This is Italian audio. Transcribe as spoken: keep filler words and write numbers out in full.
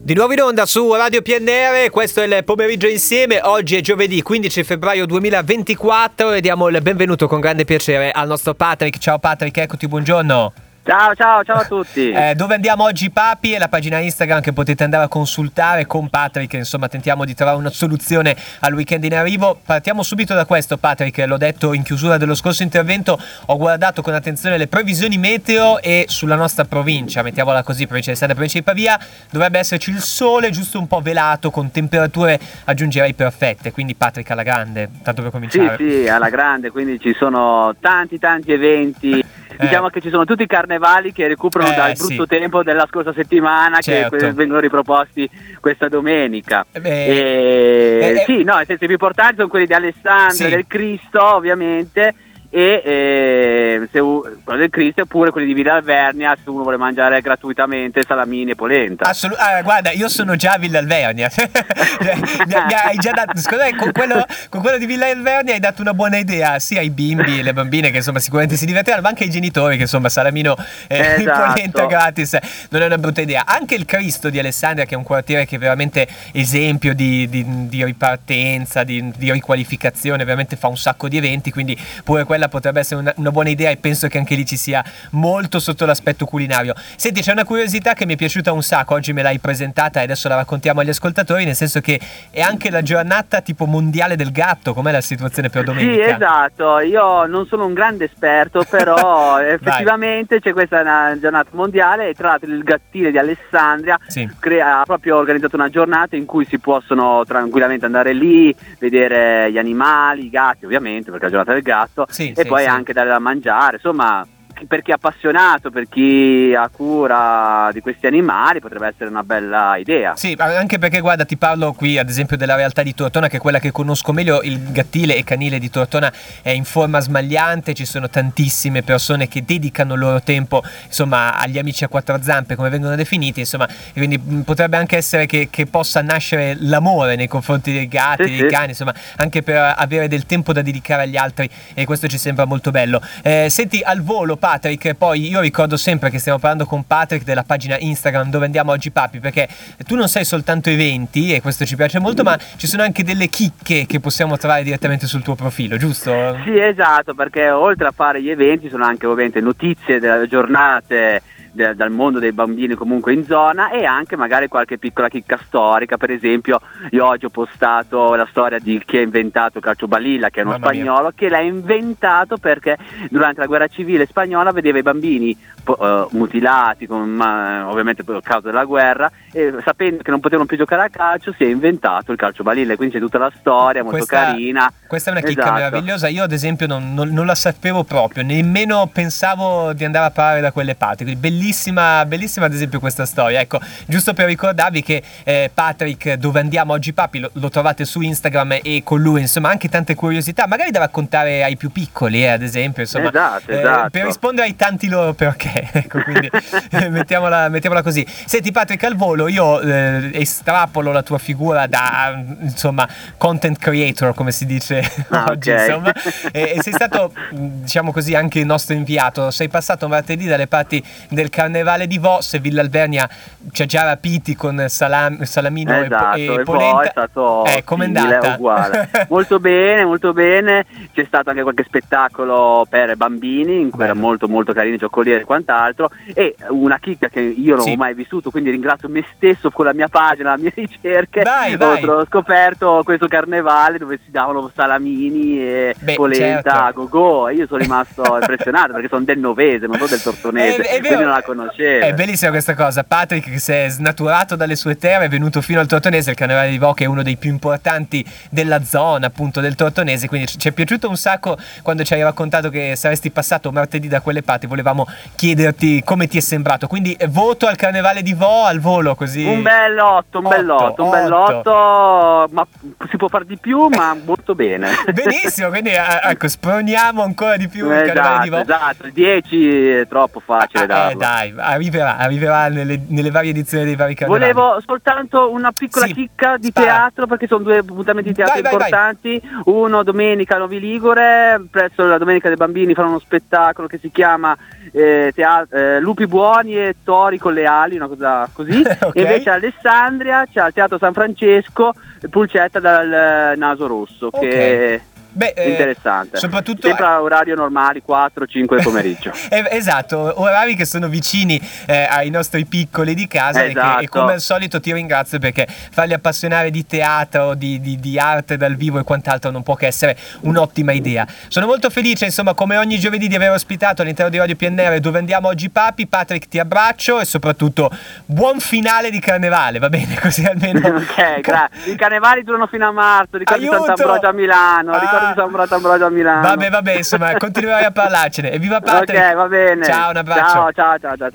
Di nuovo in onda su Radio P N R, questo è il pomeriggio insieme. Oggi è giovedì quindici febbraio duemilaventiquattro e diamo il benvenuto con grande piacere al nostro Patrick. Ciao Patrick, eccoti, buongiorno. Ciao ciao ciao a tutti. Eh, dove andiamo oggi, Papi? È la pagina Instagram che potete andare a consultare con Patrick. Insomma, tentiamo di trovare una soluzione al weekend in arrivo. Partiamo subito da questo, Patrick. L'ho detto in chiusura dello scorso intervento. Ho guardato con attenzione le previsioni meteo e sulla nostra provincia, mettiamola così, provincia di Santa, provincia di Pavia, dovrebbe esserci il sole giusto un po' velato con temperature, aggiungerei, perfette. Quindi Patrick, alla grande, tanto per cominciare. Sì, sì, alla grande, quindi ci sono tanti tanti eventi. Diciamo eh. che ci sono tutti i carnevali che recuperano eh, dal brutto sì. tempo della scorsa settimana, certo. che vengono riproposti questa domenica. Eh, e, eh, sì, no, i più importanti sono quelli di Alessandria, sì. del Cristo, ovviamente, e eh, se, quello del Cristo, oppure quelli di Villa Alvernia, se uno vuole mangiare gratuitamente salamini e polenta. Assolut- ah, guarda, io sono già a Villa Alvernia. mi, mi hai già dato, scusate, con quello, con quello di Villa Alvernia hai dato una buona idea sia ai bimbi e le bambine, che insomma sicuramente si divertiranno, ma anche ai genitori, che insomma salamino e eh, esatto. polenta gratis non è una brutta idea. Anche il Cristo di Alessandria, che è un quartiere che è veramente esempio di, di, di ripartenza, di, di riqualificazione, veramente fa un sacco di eventi, quindi pure quella potrebbe essere una, una buona idea, e penso che anche lì ci sia molto sotto l'aspetto culinario. Senti, c'è una curiosità che mi è piaciuta un sacco, oggi me l'hai presentata e adesso la raccontiamo agli ascoltatori, nel senso che è anche la giornata tipo mondiale del gatto. Com'è la situazione per domenica? Sì, esatto, io non sono un grande esperto, però effettivamente c'è questa una giornata mondiale, e tra l'altro il Gattile di Alessandria sì. crea, ha proprio organizzato una giornata in cui si possono tranquillamente andare lì, vedere gli animali, i gatti ovviamente, perché è la giornata del gatto, sì, e sì, poi sì. anche dare da mangiare, insomma, per chi è appassionato, per chi ha cura di questi animali, potrebbe essere una bella idea. Sì, anche perché guarda, ti parlo qui ad esempio della realtà di Tortona, che è quella che conosco meglio. Il gattile e canile di Tortona è in forma smagliante, ci sono tantissime persone che dedicano il loro tempo, insomma, agli amici a quattro zampe, come vengono definiti, insomma, quindi potrebbe anche essere che, che possa nascere l'amore nei confronti dei gatti, sì, dei sì. cani, insomma, anche per avere del tempo da dedicare agli altri, e questo ci sembra molto bello. Eh, senti, al volo, Patrick, poi io ricordo sempre che stiamo parlando con Patrick della pagina Instagram Dove Andiamo Oggi Papi, perché tu non sei soltanto eventi, e questo ci piace molto, ma ci sono anche delle chicche che possiamo trovare direttamente sul tuo profilo, giusto? Sì, esatto, perché oltre a fare gli eventi sono anche ovviamente notizie delle giornate de- dal mondo dei bambini comunque in zona, e anche magari qualche piccola chicca storica. Per esempio io oggi ho postato la storia di chi ha inventato il calcio balilla, che è uno Mamma spagnolo mia. che l'ha inventato perché durante la guerra civile spagnola vedeva i bambini uh, mutilati con, ma, ovviamente per causa della guerra, e sapendo che non potevano più giocare a calcio si è inventato il calcio balilla, quindi c'è tutta la storia molto questa, carina. Questa è una chicca esatto. meravigliosa. Io ad esempio non, non, non la sapevo proprio, nemmeno pensavo di andare a parlare da quelle parti, quindi bellissima, bellissima ad esempio questa storia. Ecco, giusto per ricordarvi che eh, Patrick, Dove Andiamo Oggi Papi, lo, lo trovate su Instagram, e con lui insomma anche tante curiosità magari da raccontare ai più piccoli, eh, ad esempio, insomma, esatto, eh, esatto. per rispondere ai tanti loro perché, ecco, quindi eh, mettiamola, mettiamola così. Senti Patrick, al volo io eh, estrapolo la tua figura da insomma content creator, come si dice ah, oggi, okay. insomma, e, e sei stato, diciamo così, anche il nostro inviato. Sei passato martedì dalle parti del Carnevale di Vos, e Villa Alvernia ci ha già rapiti con salam, salamino esatto, e, e e polenta. poi è stato eh, com'è andata? Uguale. molto bene, molto bene. C'è stato anche qualche spettacolo per bambini in cui Bello. era molto molto carino, giocoliere e quant'altro, e una chicca che io non sì. ho mai vissuto, quindi ringrazio me stesso con la mia pagina, la mia ricerca. Vai, vai. Ho scoperto questo carnevale dove si davano salamini e Beh, polenta certo. a go-go. Io sono rimasto impressionato perché sono del Novese, non so del Tortonese, è, è quindi non la conoscevo. È bellissima questa cosa. Patrick, che si è snaturato dalle sue terre, è venuto fino al Tortonese. Il Carnevale di Vo, che è uno dei più importanti della zona, appunto, del Tortonese, quindi ci è piaciuto un sacco quando ci hai raccontato che saresti passato martedì da quelle parti. Volevamo chiederti come ti è sembrato, quindi voto al Carnevale di Vo al volo, così. Un bell'otto, un bell'otto, un bell'otto, ma si può far di più, ma molto bene. Benissimo, quindi ecco, sproniamo ancora di più il esatto, Carnevale di Vo. Esatto, il dieci è troppo facile eh, darlo. dai, dai, arriverà, arriverà nelle, nelle varie edizioni dei vari carnevali. Volevo soltanto una piccola Sì, chicca di spara. teatro, perché sono due appuntamenti di teatro Vai, vai, importanti. Uno domenica a Novi Ligure, presso la Domenica dei Bambini fanno uno spettacolo che si chiama eh, tea- eh, Lupi Buoni e Tori con le ali, una cosa così. Ok. E invece a Alessandria c'è al Teatro San Francesco Pulcetta dal eh, Naso Rosso, Ok. che Beh, è eh, interessante. soprattutto Sempre a orario normali, quattro cinque del pomeriggio. Eh, esatto, orari che sono vicini eh, ai nostri piccoli di casa e, che, Esatto. e come al solito ti ringrazio, perché farli appassionare di teatro, di, di, di arte dal vivo e quant'altro non può che essere un'ottima idea. Sono molto felice, insomma, come ogni giovedì, di aver ospitato all'interno di Radio P N R Dove Andiamo Oggi Papi. Patrick, ti abbraccio e soprattutto buon finale di carnevale, va bene? Così almeno... Ok, grazie. I carnevali durano fino a marzo, ricordi Aiuto! Sant'Ambrogio a Milano, Ah. ricordi Sant'Ambrogio a Milano. Vabbè, vabbè, insomma, continuerai a parlarcene. Evviva Patrick! Ok, va bene. Ciao, un abbraccio. Ciao, ciao, ciao, ciao.